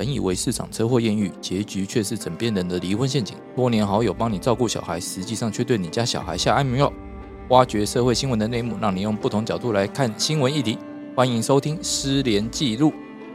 本以为市场车祸艳遇，结局却是枕边人的离婚陷阱。多年好友帮你照顾小孩，实际上却对你家小孩下安眠药。挖掘社会新闻的内幕，让你用不同角度来看新闻议题。欢迎收听《失联记录》。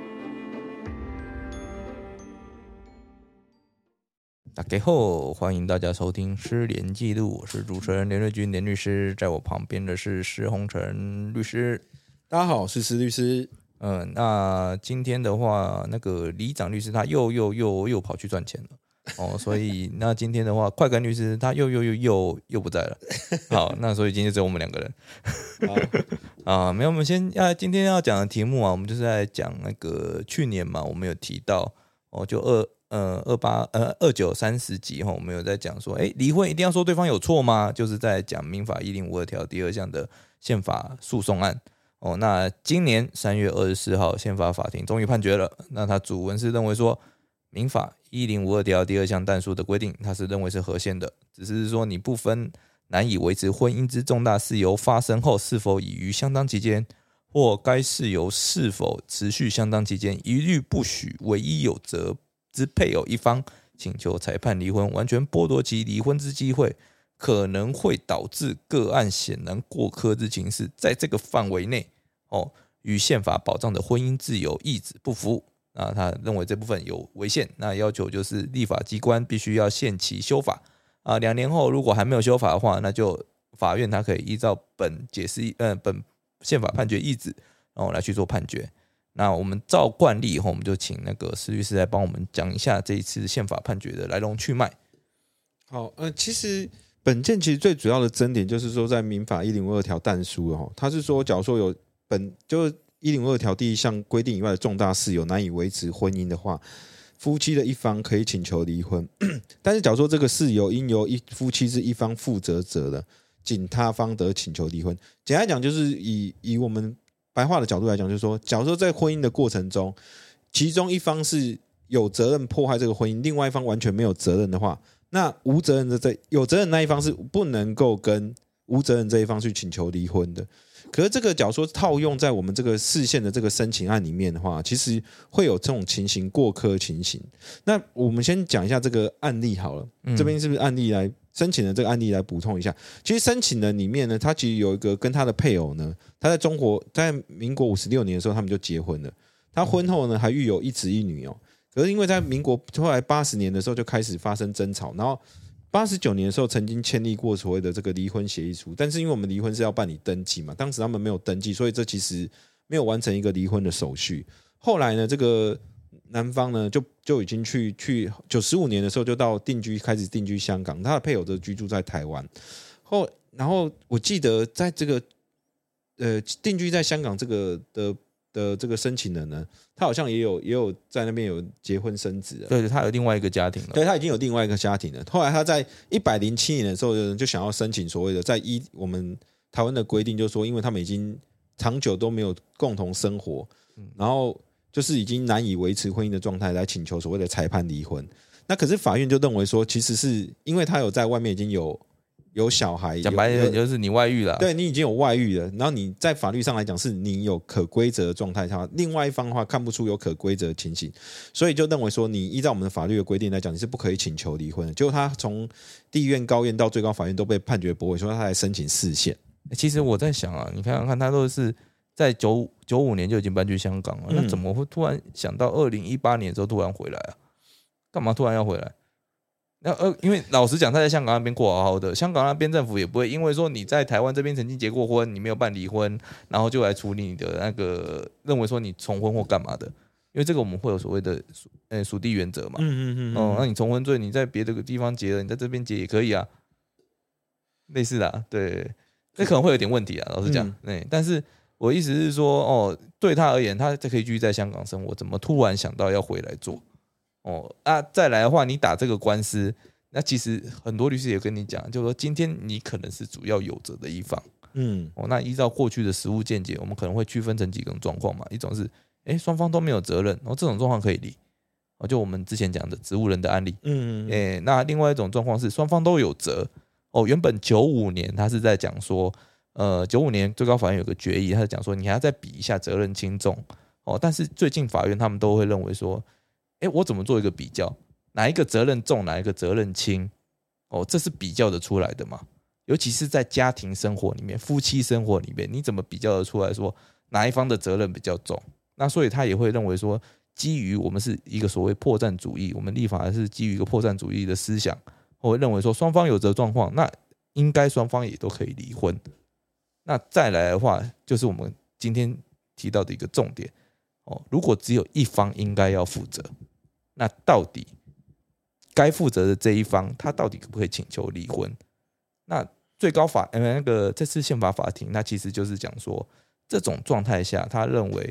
大家好，欢迎大家收听《失联记录》，我是主持人连瑞君连律师，在我旁边的是施宏成律师。 大家好，我是施律师。 那今天的话，那个李长律师他又跑去赚钱了哦，所以那今天的话，快感律师他又不在了。好，那所以今天只有我们两个人。没有，我们今天要讲的题目啊，我们就是在讲那个去年嘛，我们有提到哦，就29、30集我们有在讲说，离婚一定要说对方有错吗？就是在讲民法1052条第2项的宪法诉讼案。那今年3月24号，宪法法庭终于判决了。那他主文是认为说，民法1052条第2项但书的规定，他是认为是合宪的，只是说你不分难以维持婚姻之重大事由发生后是否已于相当期间，或该事由是否持续相当期间，一律不许唯一有责之配偶一方请求裁判离婚，完全剥夺其离婚之机会，可能会导致个案显然过苛之情事，在这个范围内与宪法保障的婚姻自由意旨不符。那他认为这部分有违宪，那要求就是立法机关必须要限期修法2年后如果还没有修法的话，那就法院他可以依照本宪法判决意旨来去做判决。那我们照惯例我们就请那个施律师来帮我们讲一下这一次宪法判决的来龙去脉。 好，其实本件其实最主要的争点就是说，在民法1052条但书它是说，假如说有就是1052条第1项规定以外的重大事由难以维持婚姻的话，夫妻的一方可以请求离婚。但是假如说这个事由应由夫妻之一方负责者的，仅他方得请求离婚。简单讲就是以我们白话的角度来讲，就是说，假如说在婚姻的过程中，其中一方是有责任破坏这个婚姻，另外一方完全没有责任的话，那有责任那一方是不能够跟无责任这一方去请求离婚的。可是这个假如说套用在我们这个释宪的这个申请案里面的话，其实会有这种情形过苛情形。那我们先讲一下这个案例好了，这边是不是案例来申请的这个案例来补充一下？其实申请人里面呢，他其实有一个跟他的配偶呢，他在民国56年的时候他们就结婚了，他婚后呢还育有一子一女可是因为在民国后来80年的时候就开始发生争吵，然后89年的时候曾经签立过所谓的这个离婚协议书，但是因为我们离婚是要办理登记嘛，当时他们没有登记，所以这其实没有完成一个离婚的手续。后来呢，这个男方呢就已经去95年的时候就开始定居香港，他的配偶则居住在台湾。然后我记得在这个定居在香港这个的这个申请人呢，他好像也有在那边有结婚生子了。 对，他有另外一个家庭了。 对，他已经有另外一个家庭了。后来他在107年的时候就想要申请所谓的在我们台湾的规定，就是说因为他们已经长久都没有共同生活，然后就是已经难以维持婚姻的状态，来请求所谓的裁判离婚。那可是法院就认为说，其实是因为他有在外面已经有小孩， 讲白了就是你外遇了， 对，你已经有外遇了，然后你在法律上来讲是你有可归责的状态下，另外一方的话看不出有可归责的情形，所以就认为说你依照我们的法律的规定来讲，你是不可以请求离婚的。结果他从地院、高院到最高法院都被判决驳回，说他来申请释宪。 其实我在想啊，你看看他都是在95年就已经搬去香港了，那怎么会突然想到2018年之后突然回来啊？干嘛突然要回来？因为老实讲，他在香港那边过好好的，香港那边政府也不会因为说你在台湾这边曾经结过婚，你没有办离婚，然后就来处理你的那个认为说你重婚或干嘛的，因为这个我们会有所谓的属地原则嘛。那你重婚罪你在别的地方结了，你在这边结也可以啊，类似的对，这可能会有点问题啊，老实讲。但是我意思是说，对他而言，他可以继续在香港生活，怎么突然想到要回来做？再来的话，你打这个官司，那其实很多律师也跟你讲，就是说今天你可能是主要有责的一方。那依照过去的实务见解，我们可能会区分成几种状况嘛。一种是，双方都没有责任，这种状况可以离。就我们之前讲的植物人的案例。那另外一种状况是双方都有责。原本95年他是在讲说，95年最高法院有个决议，他是讲说你还要再比一下责任轻重。但是最近法院他们都会认为说， 我怎么做一个比较？哪一个责任重，哪一个责任轻？这是比较的出来的嘛？尤其是在家庭生活里面、夫妻生活里面，你怎么比较的出来说哪一方的责任比较重？那所以他也会认为说，基于我们是一个所谓破绽主义，我们立法还是基于一个破绽主义的思想，我会认为说双方有责状况，那应该双方也都可以离婚。那再来的话，就是我们今天提到的一个重点如果只有一方应该要负责，那到底该负责的这一方，他到底可不可以请求离婚？那最高法这次宪法法庭，那其实就是讲说，这种状态下，他认为，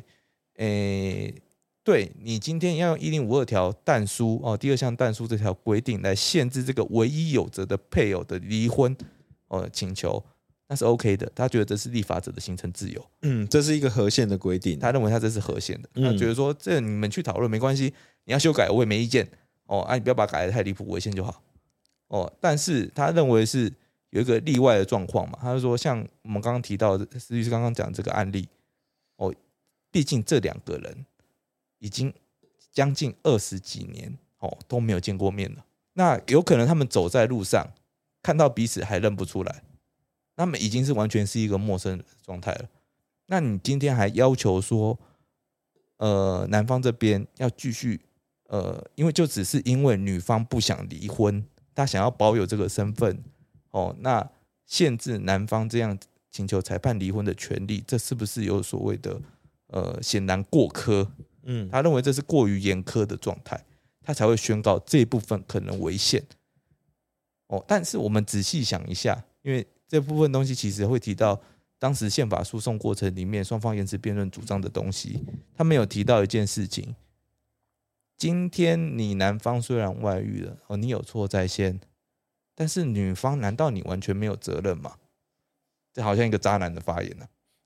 对你今天要用1052条但书第二项但书这条规定来限制这个唯一有责的配偶的离婚请求，那是 OK 的。他觉得这是立法者的行政自由， 这是一个合宪的规定， 他认为他这是合宪的，他觉得说这你们去讨论没关系，你要修改我也没意见你不要把它改得太离谱违宪就好但是他认为是有一个例外的状况嘛，他就说像我们刚刚提到的施律师刚刚讲这个案例毕竟这两个人已经将近20几年都没有见过面了，那有可能他们走在路上看到彼此还认不出来，他们已经是完全是一个陌生人的状态了。那你今天还要求说男方这边要继续因为就只是因为女方不想离婚，她想要保有这个身份那限制男方这样请求裁判离婚的权利，这是不是有所谓的显然过苛？他认为这是过于严苛的状态，他才会宣告这一部分可能违宪但是我们仔细想一下，因为这部分东西其实会提到当时宪法诉讼过程里面双方言词辩论主张的东西，他们有提到一件事情，今天你男方虽然外遇了你有错在先，但是女方难道你完全没有责任吗？这好像一个渣男的发言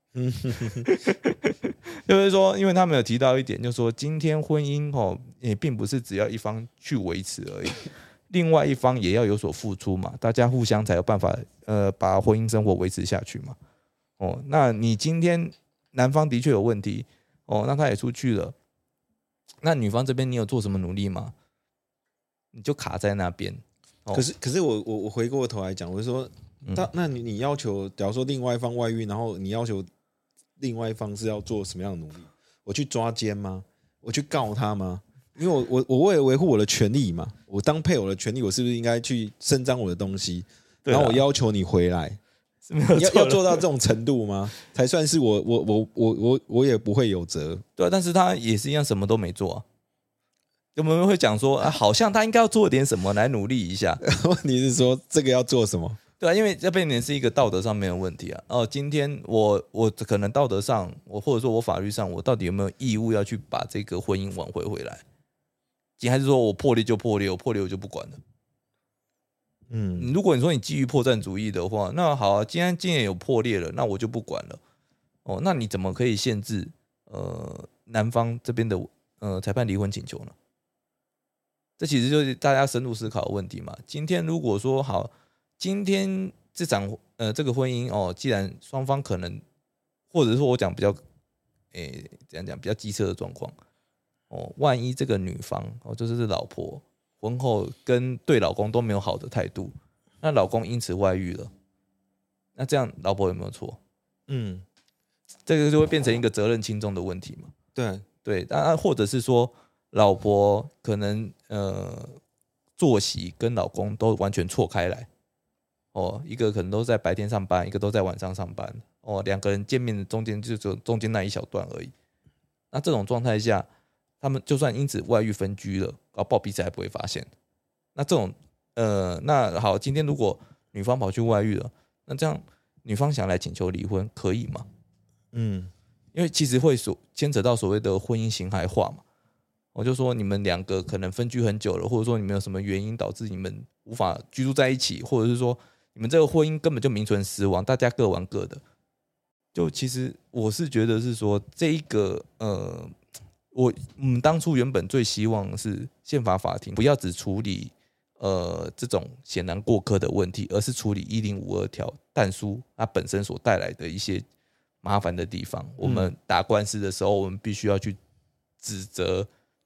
就是说，因为他们有提到一点，就是说今天婚姻也并不是只要一方去维持而已，另外一方也要有所付出嘛，大家互相才有办法把婚姻生活维持下去嘛那你今天男方的确有问题那他也出去了，那女方这边你有做什么努力吗？你就卡在那边可是我回过头来讲，我就说那你要求，假如说另外一方外遇，然后你要求另外一方是要做什么样的努力？我去抓奸吗？我去告他吗？因为我为了维护我的权利嘛，我当配偶的权利，我是不是应该去伸张我的东西？然后我要求你回来，要做到这种程度吗？才算是我也不会有责。 对但是他也是一样什么都没做我们会讲说好像他应该要做点什么来努力一下。 问题是说这个要做什么？ 对因为这边是一个道德上面的问题今天我可能道德上或者说我法律上我到底有没有义务要去把这个婚姻挽回回来？还是说我破裂就破裂，我破裂我就不管了？如果你说你基于破绽主义的话，那好今天有破裂了，那我就不管了那你怎么可以限制男方这边的裁判离婚请求呢？这其实就是大家深入思考的问题嘛。今天如果说好，今天这场这个婚姻既然双方可能，或者说我讲比较怎样讲比较机车的状况万一这个女方就是老婆婚后跟对老公都没有好的态度，那老公因此外遇了，那这样老婆有没有错？这个就会变成一个责任轻重的问题嘛。对，或者是说老婆可能作息跟老公都完全错开来一个可能都在白天上班，一个都在晚上上班两个人见面的中间就只有中间那一小段而已。那这种状态下，他们就算因此外遇分居了，搞不好彼此还不会发现。那这种那好，今天如果女方跑去外遇了，那这样女方想来请求离婚可以吗？因为其实会牵扯到所谓的婚姻形骸化嘛。我就说你们两个可能分居很久了，或者说你们有什么原因导致你们无法居住在一起，或者是说你们这个婚姻根本就名存实亡，大家各玩各的。就其实我是觉得是说这一个我们当初原本最希望是宪法法庭不要只处理这种显然过苛的问题，而是处理1052条但书它本身所带来的一些麻烦的地方。我们打官司的时候，我们必须要去指责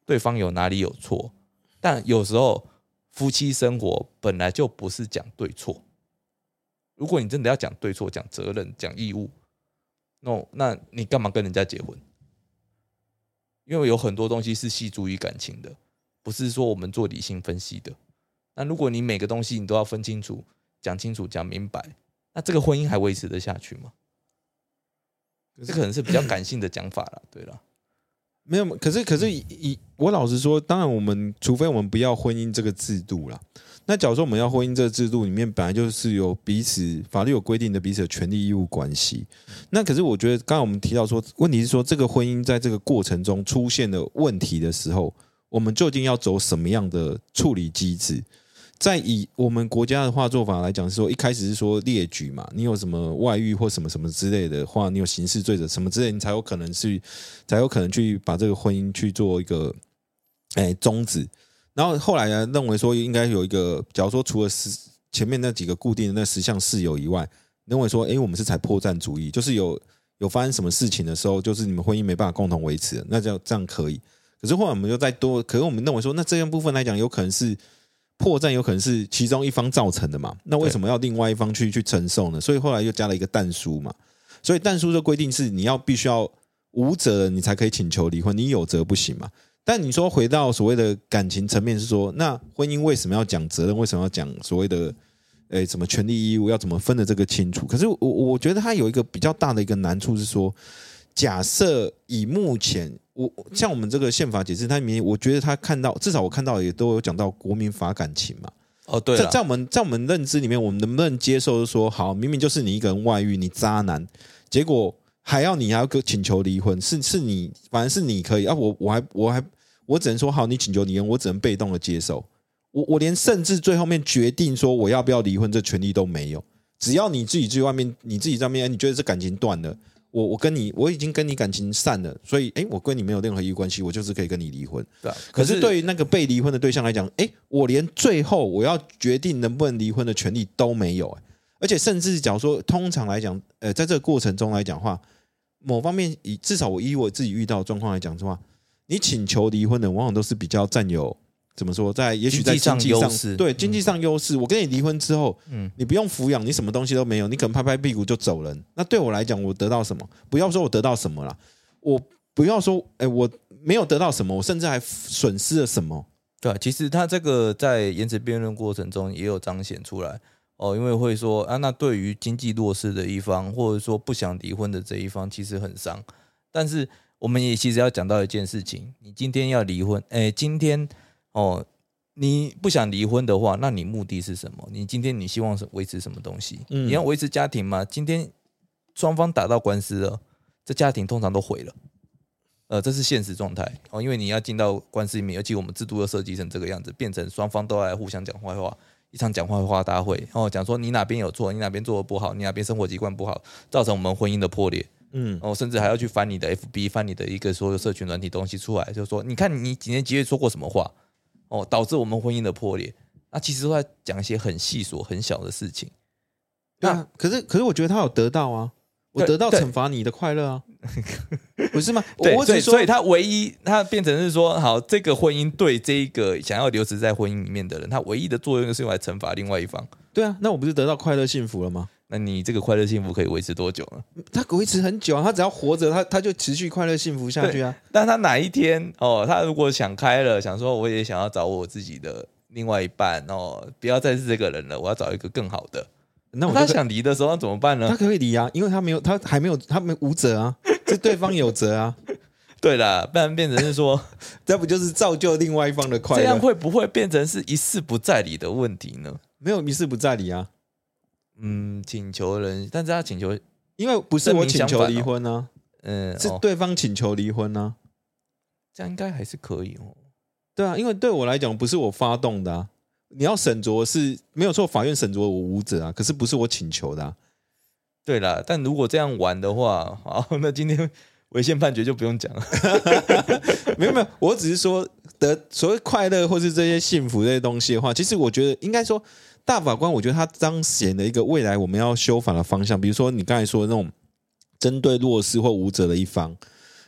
对方有哪里有错，但有时候夫妻生活本来就不是讲对错。如果你真的要讲对错、讲责任、讲义务，那你干嘛跟人家结婚？因为有很多东西是系诸于感情的，不是说我们做理性分析的。那如果你每个东西你都要分清楚、讲清楚、讲明白，那这个婚姻还维持得下去吗？这可能是比较感性的讲法啦，对啦。 没有，可是我老实说，当然除非我们不要婚姻这个制度啦。那假如说我们要婚姻这个制度里面本来就是有彼此法律有规定的彼此的权利义务关系，那可是我觉得刚才我们提到说，问题是说这个婚姻在这个过程中出现了问题的时候，我们究竟要走什么样的处理机制？在以我们国家的话做法来讲，是说一开始是说列举嘛，你有什么外遇或什么什么之类的话，你有刑事罪责什么之类的，你才有可能去把这个婚姻去做一个终止。然后后来呢，认为说应该有一个，假如说除了前面那几个固定的那10项事由以外，认为说，我们是采破绽主义，就是有发生什么事情的时候，就是你们婚姻没办法共同维持了，那这样可以。可是后来我们又再多，可是我们认为说，那这样部分来讲，有可能是破绽，有可能是其中一方造成的嘛？那为什么要另外一方去承受呢？所以后来又加了一个但书嘛。所以但书的规定是，你必须要无责，你才可以请求离婚，你有责不行嘛。但你说回到所谓的感情层面，是说那婚姻为什么要讲责任？为什么要讲所谓的什么权利义务？要怎么分的这个清楚？可是我觉得它有一个比较大的一个难处是说，假设以目前像我们这个宪法解释，它里面我觉得他至少我看到也都有讲到国民法感情嘛。 哦，对了， 在我们认知里面，我们能不能接受说，好，明明就是你一个人外遇，你渣男，结果还要请求离婚，是你，反正是你可以啊，我只能说好，你请求离婚，我只能被动的接受，我连甚至最后面决定说我要不要离婚这权利都没有，只要你自己去外面，你自己在外面，你觉得这感情断了，我已经跟你感情散了，所以我跟你没有任何义务关系，我就是可以跟你离婚。 对啊， 可是对于那个被离婚的对象来讲，我连最后我要决定能不能离婚的权利都没有，而且甚至假如说通常来讲，在这个过程中来讲的话，某方面至少以我自己遇到的状况来讲的话，你请求离婚的往往都是比较占有怎么说，也许在经济上对经济上优势。我跟你离婚之后，你不用抚养，你什么东西都没有，你可能拍拍屁股就走人。那对我来讲，我得到什么？不要说我得到什么啦，我不要说我没有得到什么，我甚至还损失了什么。 对啊，其实他这个在言辞辩论过程中也有彰显出来哦，因为会说那对于经济弱势的一方，或者说不想离婚的这一方，其实很伤。但是我们也其实要讲到一件事情，你今天要离婚，今天你不想离婚的话，那你目的是什么？你今天你希望维持什么东西？你要维持家庭吗？今天双方打到官司了，这家庭通常都毁了。这是现实状态因为你要进到官司里面，尤其我们制度又设计成这个样子，变成双方都来互相讲坏话，一场讲坏话大会，讲说你哪边有错，你哪边做的不好，你哪边生活习惯不好，造成我们婚姻的破裂。甚至还要去翻你的 FB， 翻你的一个所有社群软体东西出来，就说你看你几年几月说过什么话，导致我们婚姻的破裂。那其实都在讲一些很细琐、很小的事情。 那可是我觉得他有得到啊，我得到惩罚你的快乐啊，不是吗？ 对，所以他唯一他变成是说，好，这个婚姻对这一个想要留持在婚姻里面的人，他唯一的作用就是用来惩罚另外一方。 对啊，那我不是得到快乐幸福了吗？ 那你这个快乐幸福可以维持多久呢？ 他维持很久啊，他只要活着，他就持续快乐幸福下去啊。 但他哪一天他如果想开了，想说我也想要找我自己的另外一半不要再是这个人了，我要找一个更好的。那他想离的时候那怎么办呢？ 他可以离啊，因为他无责啊，是对方有责啊。 对啦，不然变成是说， 这不就是造就另外一方的快乐？ 这样会不会变成是一事不再理的问题呢？ 没有一事不再理啊。 请求人，但是他请求， 因为不是我请求离婚啊，是对方请求离婚啊， 这样应该还是可以对啊，因为对我来讲不是我发动的啊，你要审酌是没有错，法院审酌我无责啊，可是不是我请求的啊。 对啦，但如果这样玩的话，好，那今天违宪判决就不用讲了。 没有，我只是说所谓快乐或是这些幸福这些东西的话，其实我觉得应该说。大法官，我觉得他彰显了一个未来我们要修法的方向，比如说你刚才说的那种针对弱势或无责的一方，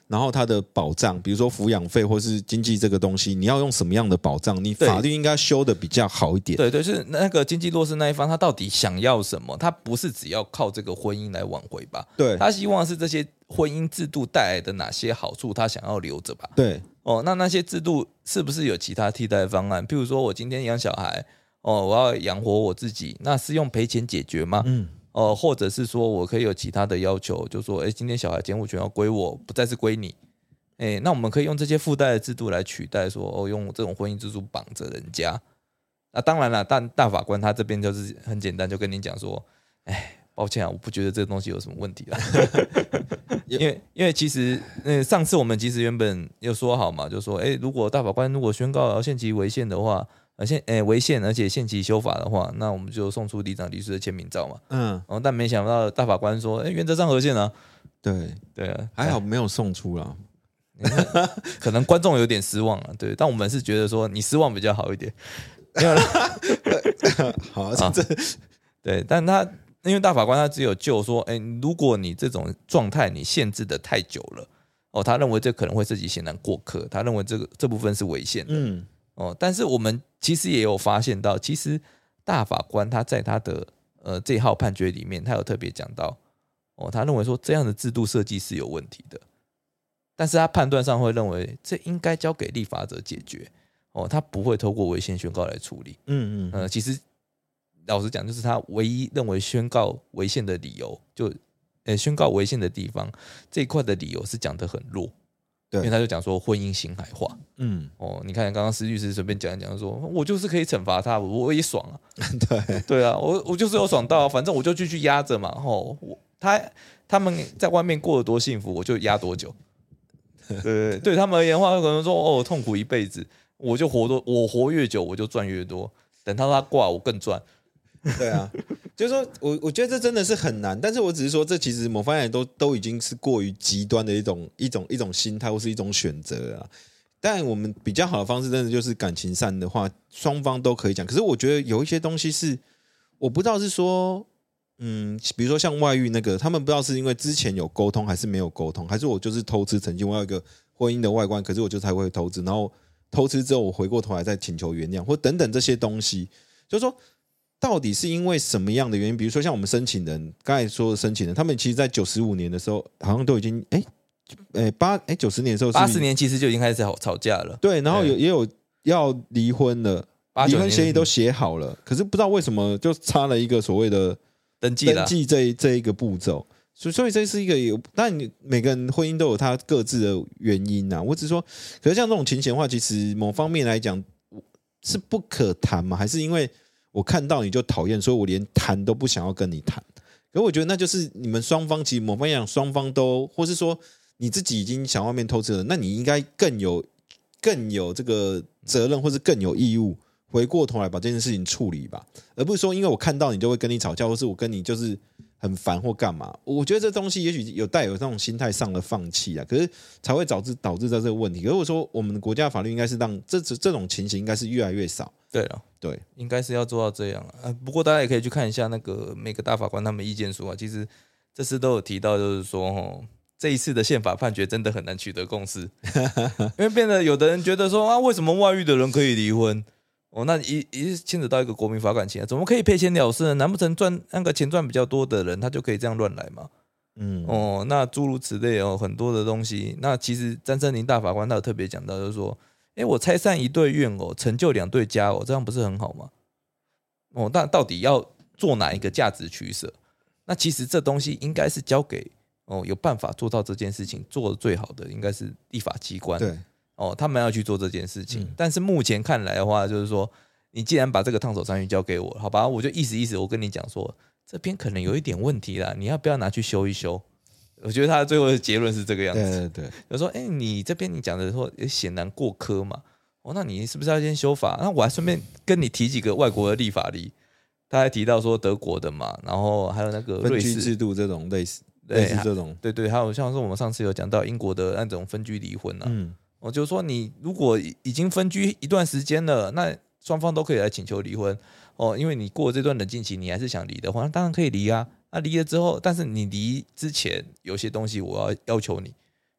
然后它的保障，比如说抚养费或是经济这个东西，你要用什么样的保障？你法律应该修的比较好一点。 对，是那个经济弱势那一方，他到底想要什么？他不是只要靠这个婚姻来挽回吧？ 对， 他希望是这些婚姻制度带来的哪些好处，他想要留着吧？ 对， 那些制度是不是有其他替代方案？譬如说我今天养小孩，我要养活我自己，那是用赔钱解决吗？或者是说我可以有其他的要求，就说，今天小孩监护权要归我，不再是归你。那我们可以用这些附带的制度来取代说，用这种婚姻制度绑着人家。那当然了，但大法官他这边就是很简单，就跟你讲说，抱歉啊，我不觉得这个东西有什么问题啦。因为其实上次我们其实原本有说好嘛，就说如果大法官如果宣告要限期违宪的话，违宪而且限期修法的话，那我们就送出里长律师的签名照嘛。但没想到大法官说，原则上合宪啊。对啊， 还好没有送出啦。 可能观众有点失望了，对，但我们是觉得说你失望比较好一点。没有啦。 好， 对，但他因为大法官他只有就说，如果你这种状态你限制的太久了，他认为这可能会涉及显然过客，他认为这部分是违宪的。但是我们其实也有发现到，其实大法官他在他的这一号判决里面，他有特别讲到，他认为说这样的制度设计是有问题的，但是他判断上会认为这应该交给立法者解决，他不会透过违宪宣告来处理。其实老实讲，就是他唯一认为宣告违宪的理由，就宣告违宪的地方这一块的理由是讲得很弱。因为他就讲说婚姻刑海化。你看刚刚施律师随便讲一讲，说我就是可以惩罚他，我也爽啊。对啊，我就是有爽到，反正我就继续压着嘛。他们在外面过得多幸福，我就压多久。对他们而言的话，可能说痛苦一辈子，我活越久，我就赚越多。等到他挂，我更赚。 对啊，就是说我觉得这真的是很难，但是我只是说，这其实某方面都已经是过于极端的一种心态或是一种选择了。但我们比较好的方式，真的就是感情上的话，双方都可以讲。可是我觉得有一些东西是我不知道是说，比如说像外遇那个，他们不知道是因为之前有沟通还是没有沟通，还是我就是偷吃，曾经我有一个婚姻的外观，可是我就才会偷吃，然后偷吃之后我回过头来再请求原谅，或等等这些东西，就是说。到底是因为什么样的原因？比如说像我们申请人刚才说的申请人，他们其实在95年的时候，好像都已经90年的时候 ，80年其实就已经开始吵架了。 对，然后也有要离婚了，离婚协议都写好了，可是不知道为什么就差了一个所谓的登记这一个步骤。所以这是一个当然每个人婚姻都有他各自的原因啊。我只是说，可是像这种情形的话，其实某方面来讲是不可谈嘛？还是因为？我看到你就讨厌，所以我连谈都不想要跟你谈。可我觉得那就是你们双方，其实某方面讲，双方都，或是说你自己已经想外面偷吃了，那你应该更有这个责任，或是更有义务回过头来把这件事情处理吧，而不是说因为我看到你就会跟你吵架，或是我跟你就是很烦或干嘛。我觉得这东西也许有带有那种心态上的放弃啊，可是才会导致这个问题。可是我说我们的国家法律应该是让这种情形应该是越来越少。 对了，对，应该是要做到这样不过大家也可以去看一下那个每个大法官他们意见书啊。其实这次都有提到，就是说这一次的宪法判决真的很难取得共识，因为变得有的人觉得说为什么外遇的人可以离婚？那一牵扯到一个国民法感情怎么可以赔钱了事呢？难不成那个钱赚比较多的人他就可以这样乱来吗？那诸如此类很多的东西。那其实詹森林大法官他有特别讲到，就是说。我拆散一对怨偶，成就2对佳偶，这样不是很好吗？但到底要做哪一个价值取舍？那其实这东西应该是交给有办法做到这件事情做得最好的，应该是立法机关。 对， 他们要去做这件事情。但是目前看来的话，就是说，你既然把这个烫手山芋交给我，好吧，我就意思，我跟你讲说，这边可能有一点问题啦，你要不要拿去修一修？我觉得他最后的结论是这个样子。 对， 就说你这边你讲的说显然过苛嘛，那你是不是要先修法？那我还顺便跟你提几个外国的立法例，他还提到说德国的嘛，然后还有那个瑞士分居制度这种类似这种， 对，还有像是我们上次有讲到英国的那种分居离婚啊，就是说你如果已经分居一段时间了，那双方都可以来请求离婚因为你过这段冷静期，你还是想离的话，那当然可以离啊。离了之后，但是你离之前有些东西我要求你，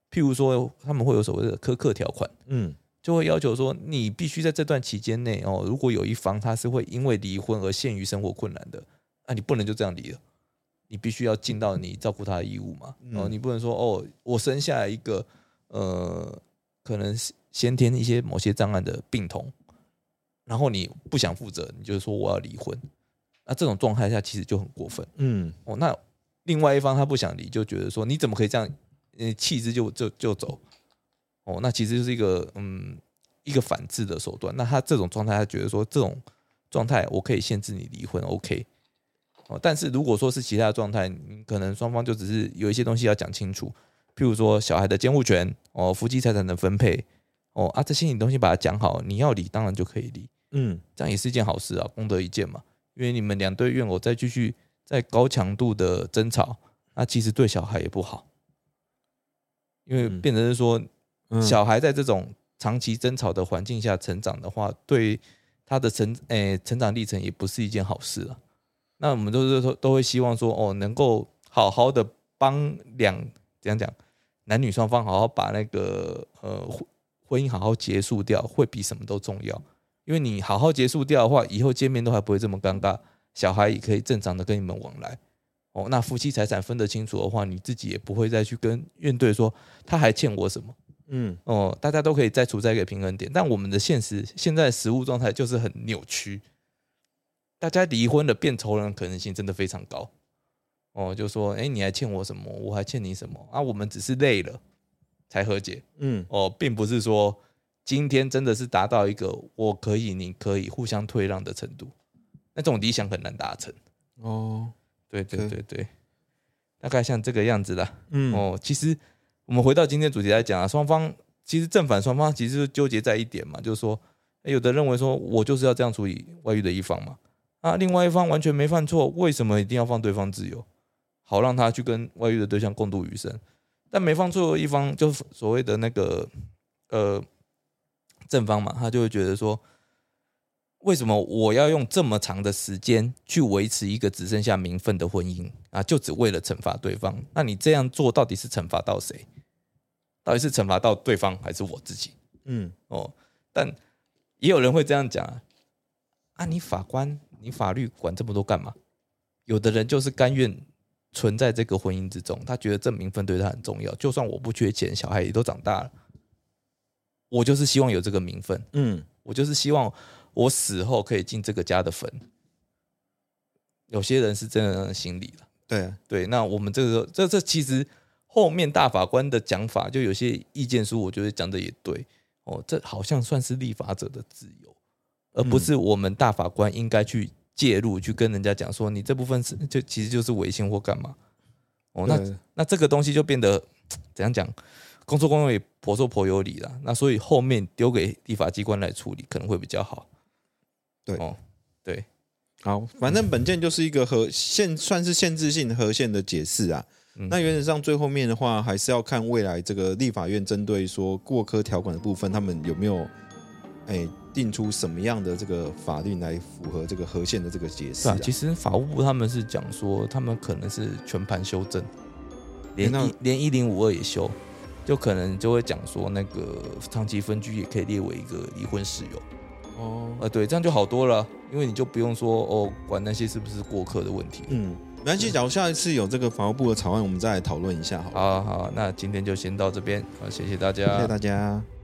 譬如说他们会有所谓的苛刻条款，就会要求说你必须在这段期间内如果有一方他是会因为离婚而陷于生活困难的，你不能就这样离了，你必须要尽到你照顾他的义务嘛。你不能说我生下来一个可能先天一些某些障碍的病童，然后你不想负责，你就说我要离婚，那这种状态下其实就很过分。那另外一方他不想离，就觉得说你怎么可以这样弃之就走。那其实就是一个反制的手段。那他这种状态，他觉得说这种状态我可以限制你离婚 ，OK。但是如果说是其他的状态，你可能双方就只是有一些东西要讲清楚，譬如说小孩的监护权，夫妻财产的分配，这些你东西把它讲好，你要离当然就可以离。这样也是一件好事啊，功德一件嘛。因为你们两对怨偶再继续在高强度的争吵，那其实对小孩也不好，因为变成是说。小孩在这种长期争吵的环境下成长的话，对他的成长历程也不是一件好事啊。那我们都会希望说，能够好好的帮怎样讲，男女双方好好把那个婚姻好好结束掉，会比什么都重要。因为你好好结束掉的话，以后见面都还不会这么尴尬，小孩也可以正常的跟你们往来。那夫妻财产分得清楚的话，你自己也不会再去跟怨对说他还欠我什么。大家都可以再处在一个平衡点，但我们的现在的实务状态就是很扭曲，大家离婚了变仇人的可能性真的非常高。就说你还欠我什么，我还欠你什么啊？我们只是累了才和解，并不是说今天真的是达到一个我可以你可以互相退让的程度，那种理想很难达成。对，大概像这个样子啦。其实。我们回到今天主题来讲双方其实正反双方其实就纠结在一点嘛，就是说，有的认为说我就是要这样处理外遇的一方嘛，另外一方完全没犯错，为什么一定要放对方自由，好让他去跟外遇的对象共度余生？但没犯错的一方，就所谓的那个正方嘛，他就会觉得说，为什么我要用这么长的时间去维持一个只剩下名分的婚姻就只为了惩罚对方？那你这样做到底是惩罚到谁？到底是惩罚到对方还是我自己？但也有人会这样讲你法官你法律管这么多干嘛？有的人就是甘愿存在这个婚姻之中，他觉得这名分对他很重要，就算我不缺钱，小孩也都长大了，我就是希望有这个名分，我就是希望我死后可以进这个家的坟。有些人是真的心理了，对，那我们这其实后面大法官的讲法，就有些意见书，我觉得讲的也对这好像算是立法者的自由，而不是我们大法官应该去介入，去跟人家讲说你这部分其实就是违宪或干嘛那这个东西就变得怎样讲？公说公有理，婆说婆有理啦。那所以后面丢给立法机关来处理可能会比较好。对， 好，反正本件就是一个算是限制性合宪的解释啊。那原则上最后面的话，还是要看未来这个立法院针对说过科条款的部分，他们有没有定出什么样的这个法律来符合这个合宪的这个解释其实法务部他们是讲说，他们可能是全盘修正，连1052也修，就可能就会讲说那个长期分居也可以列为一个离婚事由。对，这样就好多了，因为你就不用说管那些是不是过客的问题。 没关系，假如下一次有这个法务部的草案，我们再来讨论一下好了。 好，那今天就先到这边，谢谢大家， 谢谢大家。